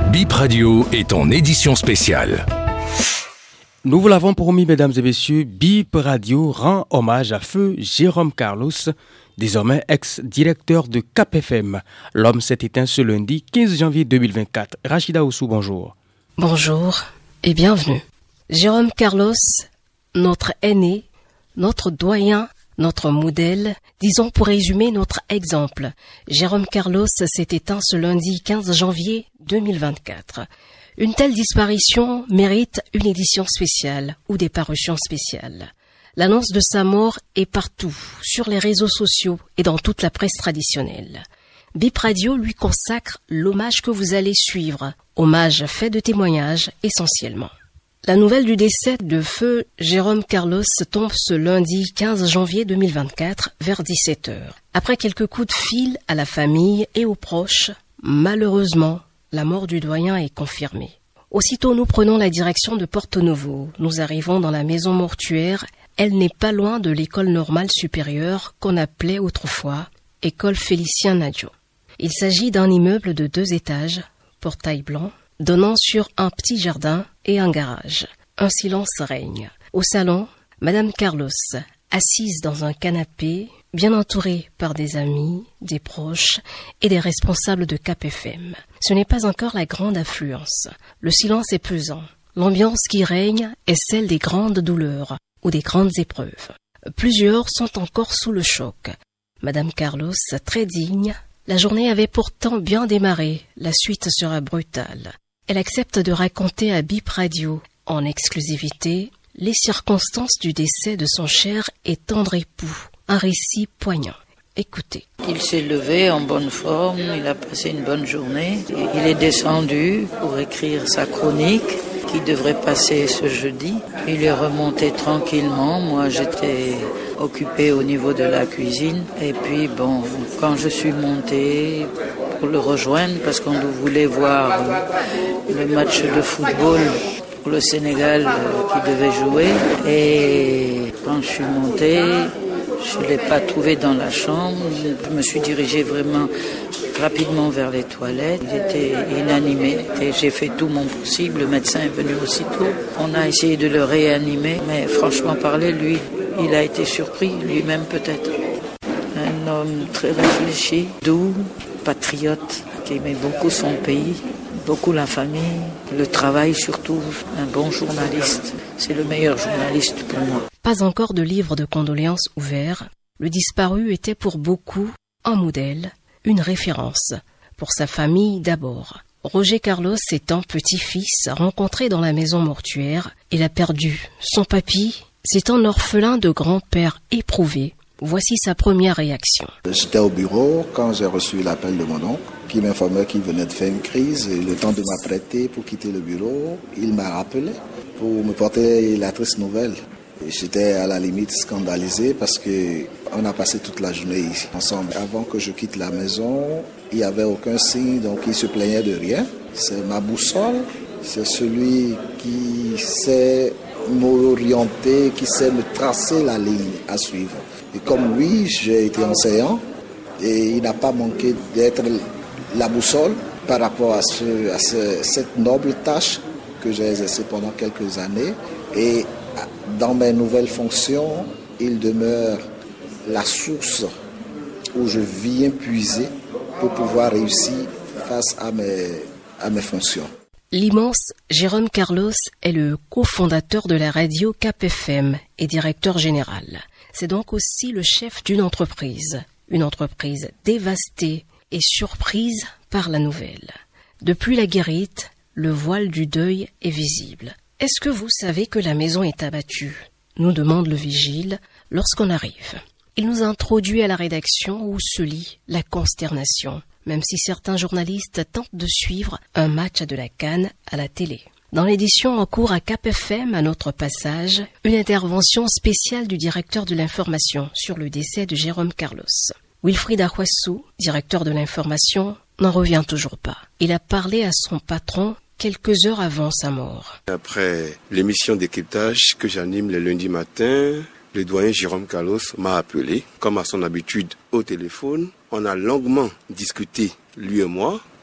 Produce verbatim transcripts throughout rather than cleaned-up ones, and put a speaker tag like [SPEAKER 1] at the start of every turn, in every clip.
[SPEAKER 1] Bip Radio est en édition spéciale.
[SPEAKER 2] Nous vous l'avons promis, mesdames et messieurs, Bip Radio rend hommage à feu Jérôme Carlos, désormais ex-directeur de Cap F M. L'homme s'est éteint ce lundi quinze janvier deux mille vingt-quatre. Rachida Oussou, bonjour.
[SPEAKER 3] Bonjour et bienvenue. Jérôme Carlos, notre aîné, notre doyen, notre modèle, disons pour résumer notre exemple. Jérôme Carlos s'est éteint ce lundi quinze janvier deux mille vingt-quatre. Une telle disparition mérite une édition spéciale ou des parutions spéciales. L'annonce de sa mort est partout, sur les réseaux sociaux et dans toute la presse traditionnelle. Bip Radio lui consacre l'hommage que vous allez suivre, hommage fait de témoignages essentiellement. La nouvelle du décès de feu Jérôme Carlos tombe ce lundi quinze janvier deux mille vingt-quatre vers dix-sept heures. Après quelques coups de fil à la famille et aux proches, malheureusement, la mort du doyen est confirmée. Aussitôt, nous prenons la direction de Porto Novo. Nous arrivons dans la maison mortuaire. Elle n'est pas loin de l'école normale supérieure qu'on appelait autrefois École Félicien Nadio. Il s'agit d'un immeuble de deux étages, portail blanc, donnant sur un petit jardin et un garage. Un silence règne. Au salon, Madame Carlos, assise dans un canapé, bien entourée par des amis, des proches et des responsables de Cap F M. Ce n'est pas encore la grande affluence. Le silence est pesant. L'ambiance qui règne est celle des grandes douleurs ou des grandes épreuves. Plusieurs sont encore sous le choc. Madame Carlos, très digne, la journée avait pourtant bien démarré. La suite sera brutale. Elle accepte de raconter à Bip Radio, en exclusivité, les circonstances du décès de son cher et tendre époux. Un récit poignant. Écoutez.
[SPEAKER 4] Il s'est levé en bonne forme, il a passé une bonne journée. Il est descendu pour écrire sa chronique qui devrait passer ce jeudi. Il est remonté tranquillement. Moi, j'étais occupé au niveau de la cuisine. Et puis, bon, quand je suis monté pour le rejoindre, parce qu'on voulait voir le match de football pour le Sénégal qui devait jouer. Et quand je suis monté, je ne l'ai pas trouvé dans la chambre. Je me suis dirigé vraiment rapidement vers les toilettes. Il était inanimé et j'ai fait tout mon possible. Le médecin est venu aussitôt. On a essayé de le réanimer, mais franchement parler, lui, il a été surpris, lui-même peut-être. Un homme très réfléchi, doux, patriote, qui aimait beaucoup son pays, beaucoup la famille, le travail surtout. Un bon journaliste. C'est le meilleur journaliste pour moi.
[SPEAKER 3] Pas encore de livre de condoléances ouvert, le disparu était pour beaucoup un modèle, une référence. Pour sa famille d'abord. Roger Carlos étant petit-fils rencontré dans la maison mortuaire, il a perdu son papy. C'est un orphelin de grand-père éprouvé. Voici sa première réaction.
[SPEAKER 5] J'étais au bureau quand j'ai reçu l'appel de mon oncle qui m'informait qu'il venait de faire une crise et le temps de m'apprêter pour quitter le bureau, il m'a rappelé pour me porter la triste nouvelle. J'étais à la limite scandalisé parce qu'on a passé toute la journée ici ensemble. Avant que je quitte la maison, il n'y avait aucun signe, donc il se plaignait de rien. C'est ma boussole, c'est celui qui sait m'orienter, qui sait me tracer la ligne à suivre. Et comme lui, j'ai été enseignant et il n'a pas manqué d'être la boussole par rapport à, ce, à ce, cette noble tâche que j'ai exercée pendant quelques années. Et dans mes nouvelles fonctions, il demeure la source où je viens puiser pour pouvoir réussir face à mes, à mes fonctions.
[SPEAKER 3] L'immense Jérôme Carlos est le cofondateur de la radio Cap F M et directeur général. C'est donc aussi le chef d'une entreprise, une entreprise dévastée et surprise par la nouvelle. Depuis la guérite, le voile du deuil est visible. Est-ce que vous savez que la maison est abattue ? Nous demande le vigile lorsqu'on arrive. Il nous introduit à la rédaction où se lit la consternation, même si certains journalistes tentent de suivre un match de la CAN à la télé. Dans l'édition en cours à Cap F M, à notre passage, une intervention spéciale du directeur de l'information sur le décès de Jérôme Carlos. Wilfried Ahouassou, directeur de l'information, n'en revient toujours pas. Il a parlé à son patron quelques heures avant sa mort.
[SPEAKER 6] Après l'émission décryptage que j'anime le lundi matin, le doyen Jérôme Carlos m'a appelé, comme à son habitude, au téléphone. On a longuement discuté, lui et moi,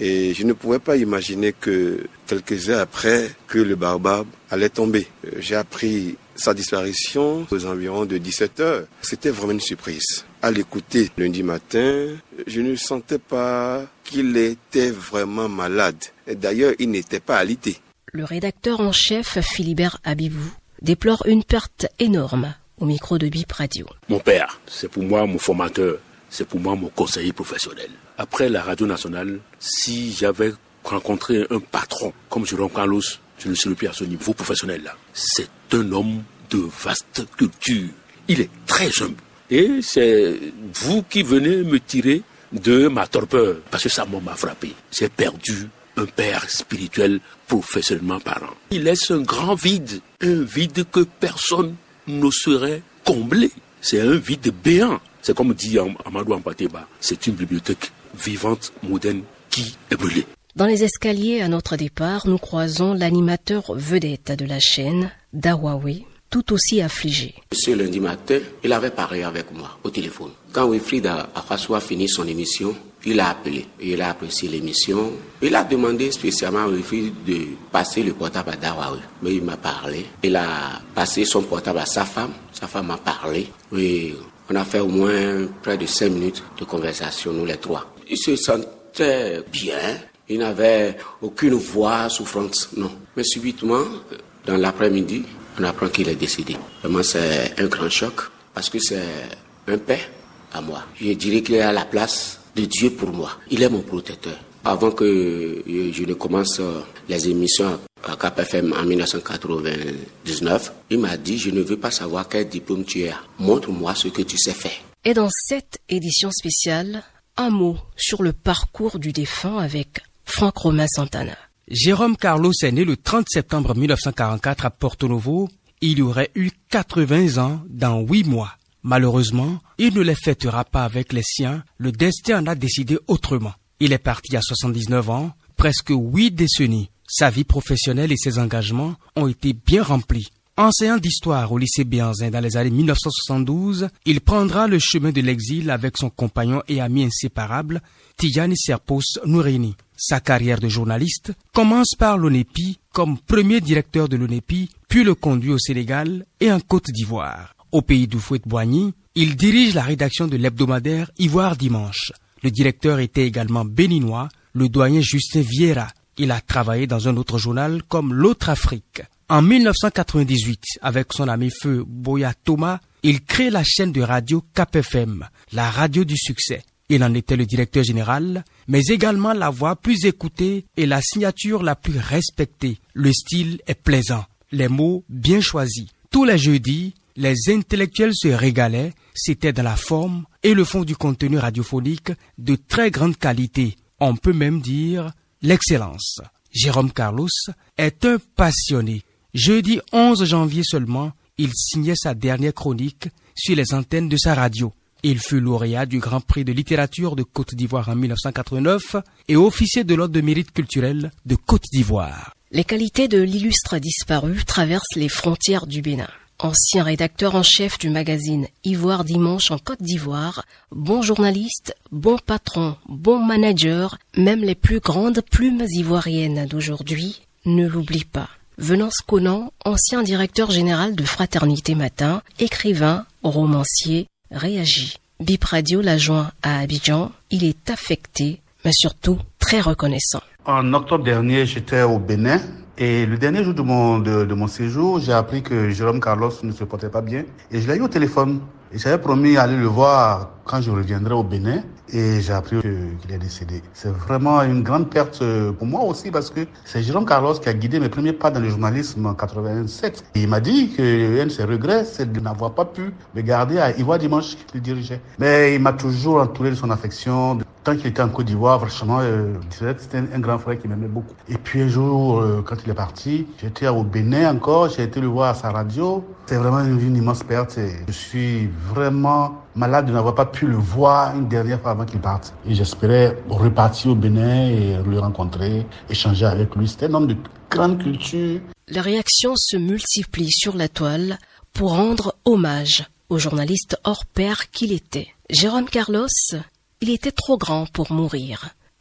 [SPEAKER 6] Et je ne pouvais pas imaginer que quelques heures après, que le baobab allait tomber. J'ai appris sa disparition aux environs de dix-sept heures. C'était vraiment une surprise. À l'écouter lundi matin, je ne sentais pas qu'il était vraiment malade. Et d'ailleurs, il n'était pas alité.
[SPEAKER 3] Le rédacteur en chef, Philibert Abibou, déplore une perte énorme au micro de Bip Radio.
[SPEAKER 7] Mon père, c'est pour moi mon formateur, c'est pour moi mon conseiller professionnel. Après la radio nationale, si j'avais rencontré un patron comme Jérôme Carlos, je ne serais plus à ce niveau professionnel-là. C'est un homme de vaste culture. Il est très humble. Et c'est vous qui venez me tirer de ma torpeur, parce que ça m'a frappé. J'ai perdu un père spirituel professionnellement parlant. Il laisse un grand vide, un vide que personne n'oserait combler. C'est un vide béant. C'est comme dit Amadou Ampateba, c'est une bibliothèque vivante, moderne, qui est brûlée.
[SPEAKER 3] Dans les escaliers à notre départ, nous croisons l'animateur vedette de la chaîne, Dawawe, tout aussi affligé.
[SPEAKER 8] Ce lundi matin, il avait parlé avec moi au téléphone. Quand Wilfried Akwasu a fini son émission, il a appelé. Il a apprécié l'émission. Il a demandé spécialement à Wilfried de passer le portable à Dawawe. Mais il m'a parlé. Il a passé son portable à sa femme. Sa femme m'a parlé. Oui, on a fait au moins près de cinq minutes de conversation, nous les trois. Il se sentait bien. Il n'avait aucune voix souffrante, non. Mais subitement, dans l'après-midi, on apprend qu'il est décédé. Vraiment, c'est un grand choc parce que c'est un père à moi. Je dirais qu'il est à la place de Dieu pour moi. Il est mon protecteur. Avant que je ne commence les émissions à Cap F M en dix-neuf cent quatre-vingt-dix-neuf, il m'a dit, je ne veux pas savoir quel diplôme tu as. Montre-moi ce que tu sais faire.
[SPEAKER 3] Et dans cette édition spéciale, un mot sur le parcours du défunt avec Franck Romain Santana.
[SPEAKER 2] Jérôme Carlos est né le trente septembre mille neuf cent quarante-quatre à Porto Novo. Il y aurait eu quatre-vingts ans dans huit mois. Malheureusement, il ne les fêtera pas avec les siens. Le destin en a décidé autrement. Il est parti à soixante-dix-neuf ans, presque huit décennies. Sa vie professionnelle et ses engagements ont été bien remplis. Enseignant d'histoire au lycée Béanzin dans les années mille neuf cent soixante-douze, il prendra le chemin de l'exil avec son compagnon et ami inséparable, Tijani Serpos Nourini. Sa carrière de journaliste commence par l'ONEPI comme premier directeur de l'ONEPI, puis le conduit au Sénégal et en Côte d'Ivoire. Au pays du Fouet-Boigny, il dirige la rédaction de l'hebdomadaire Ivoire Dimanche. Le directeur était également béninois, le doyen Justin Vieira. Il a travaillé dans un autre journal comme L'Autre Afrique. En mille neuf cent quatre-vingt-dix-huit, avec son ami feu Boya Thomas, il crée la chaîne de radio Cap F M, la radio du succès. Il en était le directeur général, mais également la voix plus écoutée et la signature la plus respectée. Le style est plaisant, les mots bien choisis. Tous les jeudis, les intellectuels se régalaient, c'était dans la forme et le fond du contenu radiophonique de très grande qualité. On peut même dire l'excellence. Jérôme Carlos est un passionné. Jeudi onze janvier seulement, il signait sa dernière chronique sur les antennes de sa radio. Il fut lauréat du Grand Prix de littérature de Côte d'Ivoire en mille neuf cent quatre-vingt-neuf et officier de l'Ordre de mérite culturel de Côte d'Ivoire.
[SPEAKER 3] Les qualités de l'illustre disparu traversent les frontières du Bénin. Ancien rédacteur en chef du magazine Ivoire Dimanche en Côte d'Ivoire, bon journaliste, bon patron, bon manager, même les plus grandes plumes ivoiriennes d'aujourd'hui ne l'oublient pas. Venance Conan, ancien directeur général de Fraternité Matin, écrivain, romancier, réagit. Bip Radio l'a joint à Abidjan. Il est affecté, mais surtout très reconnaissant.
[SPEAKER 9] En octobre dernier, j'étais au Bénin. Et le dernier jour de mon, de, de mon séjour, j'ai appris que Jérôme Carlos ne se portait pas bien. Et je l'ai eu au téléphone. Et j'avais promis d'aller le voir quand je reviendrai au Bénin. Et j'ai appris qu'il est décédé. C'est vraiment une grande perte pour moi aussi parce que c'est Jérôme Carlos qui a guidé mes premiers pas dans le journalisme en quatre-vingt-sept. Et il m'a dit qu'un de ses regrets, c'est de n'avoir pas pu me garder à Ivoire Dimanche qu'il dirigeait. Mais il m'a toujours entouré de son affection. Tant qu'il était en Côte d'Ivoire, franchement, euh, c'était un, un grand frère qui m'aimait beaucoup. Et puis un jour, euh, quand il est parti, j'étais au Bénin encore, j'ai été le voir à sa radio. C'est vraiment une, une immense perte. Et je suis vraiment malade de n'avoir pas pu le voir une dernière fois avant qu'il parte. Et j'espérais repartir au Bénin et le rencontrer, échanger avec lui. C'était un homme de grande culture.
[SPEAKER 3] Les réactions se multiplient sur la toile pour rendre hommage au journaliste hors pair qu'il était. Jérôme Carlos, il était trop grand pour mourir.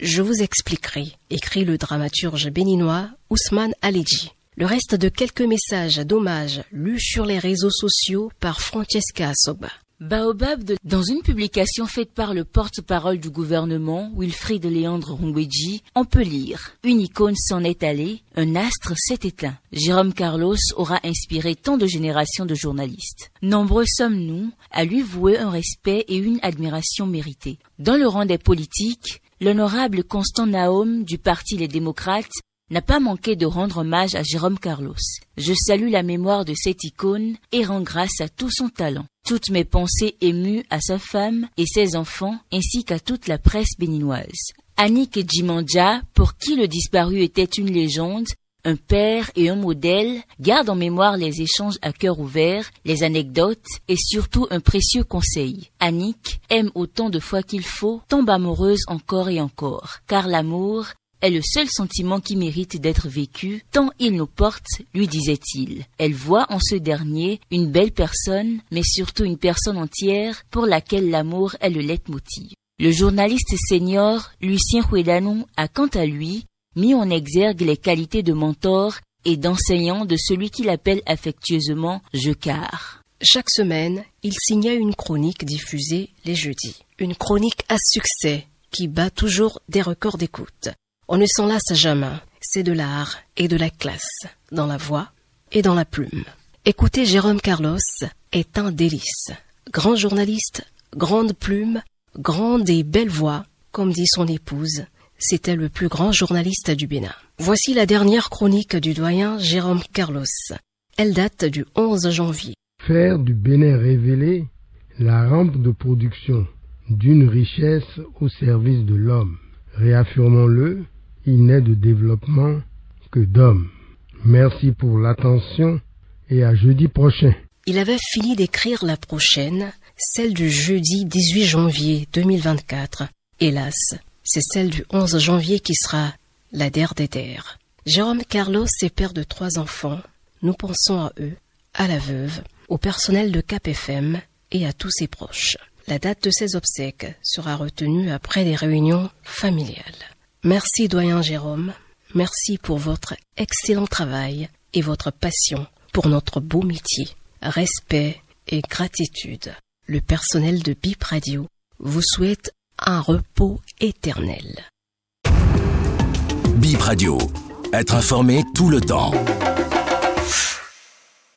[SPEAKER 3] Je vous expliquerai, écrit le dramaturge béninois Ousmane Aledji. Le reste de quelques messages d'hommage lus sur les réseaux sociaux par Francesca Soba.
[SPEAKER 10] Baobab, de... dans une publication faite par le porte-parole du gouvernement, Wilfried Léandre Rungweji, on peut lire « Une icône s'en est allée, un astre s'est éteint. Jérôme Carlos aura inspiré tant de générations de journalistes. Nombreux sommes-nous à lui vouer un respect et une admiration méritée. Dans le rang des politiques, l'honorable Constant Naum du Parti Les Démocrates n'a pas manqué de rendre hommage à Jérôme Carlos. Je salue la mémoire de cette icône et rends grâce à tout son talent. Toutes mes pensées émues à sa femme et ses enfants, ainsi qu'à toute la presse béninoise. Annick Djimandja, pour qui le disparu était une légende, un père et un modèle, garde en mémoire les échanges à cœur ouvert, les anecdotes et surtout un précieux conseil. Annick aime autant de fois qu'il faut, tombe amoureuse encore et encore, car l'amour est le seul sentiment qui mérite d'être vécu, tant il nous porte, lui disait-il. Elle voit en ce dernier une belle personne, mais surtout une personne entière pour laquelle l'amour est le leitmotiv. Le journaliste senior Lucien Huedanou a quant à lui mis en exergue les qualités de mentor et d'enseignant de celui qu'il appelle affectueusement Jeucard.
[SPEAKER 3] Chaque semaine, il signait une chronique diffusée les jeudis. Une chronique à succès qui bat toujours des records d'écoute. On ne s'en lasse jamais, c'est de l'art et de la classe, dans la voix et dans la plume. Écouter Jérôme Carlos est un délice. Grand journaliste, grande plume, grande et belle voix, comme dit son épouse, c'était le plus grand journaliste du Bénin. Voici la dernière chronique du doyen Jérôme Carlos. Elle date du onze janvier.
[SPEAKER 11] Faire du Bénin révélé la rampe de production d'une richesse au service de l'homme. Réaffirmons-le, il n'est de développement que d'hommes. Merci pour l'attention et à jeudi prochain.
[SPEAKER 3] Il avait fini d'écrire la prochaine, celle du jeudi dix-huit janvier deux mille vingt-quatre. Hélas, c'est celle du onze janvier qui sera la der des der. Jérôme Carlos est père de trois enfants. Nous pensons à eux, à la veuve, au personnel de Cap F M et à tous ses proches. La date de ses obsèques sera retenue après des réunions familiales. Merci doyen Jérôme, merci pour votre excellent travail et votre passion pour notre beau métier. Respect et gratitude. Le personnel de B I P Radio vous souhaite un repos éternel.
[SPEAKER 1] B I P Radio, être informé tout le temps.